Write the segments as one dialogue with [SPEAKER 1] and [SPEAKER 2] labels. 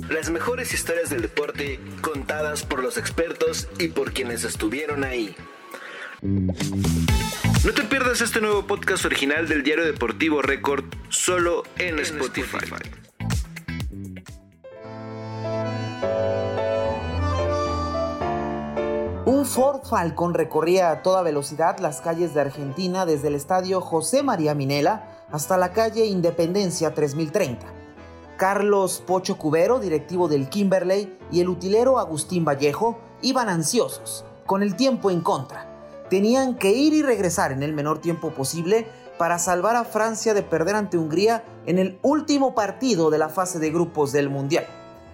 [SPEAKER 1] Las mejores historias del deporte contadas por los expertos y por quienes estuvieron ahí. No te pierdas este nuevo podcast original del Diario Deportivo Récord solo en Spotify.
[SPEAKER 2] Un Ford Falcon recorría a toda velocidad las calles de Argentina desde el estadio José María Minella hasta la calle Independencia 3030. Carlos Pocho Cubero, directivo del Kimberley, y el utilero Agustín Vallejo iban ansiosos, con el tiempo en contra. Tenían que ir y regresar en el menor tiempo posible para salvar a Francia de perder ante Hungría en el último partido de la fase de grupos del Mundial.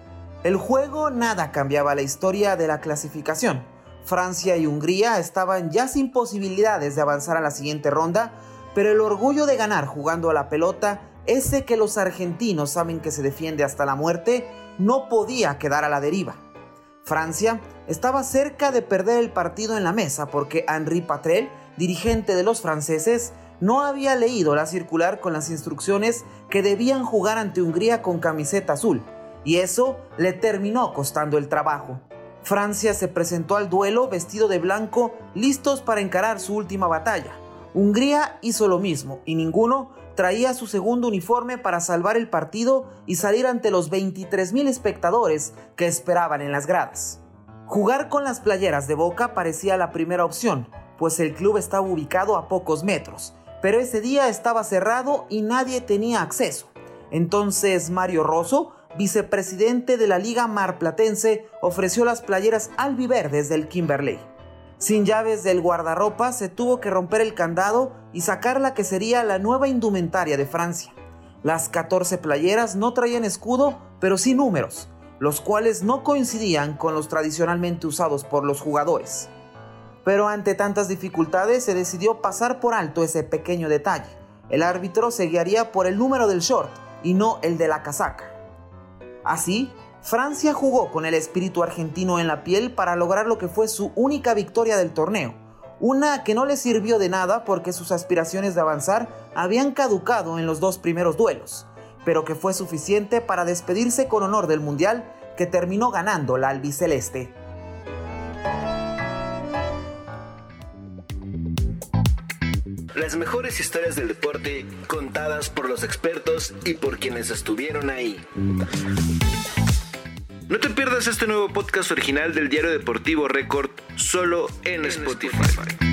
[SPEAKER 2] El juego nada cambiaba la historia de la clasificación. Francia y Hungría estaban ya sin posibilidades de avanzar a la siguiente ronda, pero el orgullo de ganar jugando a la pelota, ese que los argentinos saben que se defiende hasta la muerte, no podía quedar a la deriva. Francia estaba cerca de perder el partido en la mesa porque Henri Patrel, dirigente de los franceses, no había leído la circular con las instrucciones que debían jugar ante Hungría con camiseta azul, y eso le terminó costando el trabajo. Francia se presentó al duelo vestido de blanco, listos para encarar su última batalla. Hungría hizo lo mismo y ninguno traía su segundo uniforme para salvar el partido y salir ante los 23,000 espectadores que esperaban en las gradas. Jugar con las playeras de Boca parecía la primera opción, pues el club estaba ubicado a pocos metros, pero ese día estaba cerrado y nadie tenía acceso. Entonces Mario Rosso, vicepresidente de la Liga Marplatense, ofreció las playeras albiverdes del Kimberley. Sin llaves del guardarropa, se tuvo que romper el candado y sacar la que sería la nueva indumentaria de Francia. Las 14 playeras no traían escudo, pero sí números, los cuales no coincidían con los tradicionalmente usados por los jugadores. Pero ante tantas dificultades se decidió pasar por alto ese pequeño detalle. El árbitro se guiaría por el número del short y no el de la casaca. Así, Francia jugó con el espíritu argentino en la piel para lograr lo que fue su única victoria del torneo, una que no le sirvió de nada porque sus aspiraciones de avanzar habían caducado en los 2 primeros duelos, pero que fue suficiente para despedirse con honor del Mundial que terminó ganando la albiceleste.
[SPEAKER 1] Las mejores historias del deporte contadas por los expertos y por quienes estuvieron ahí. No te pierdas este nuevo podcast original del Diario Deportivo Récord solo en Spotify.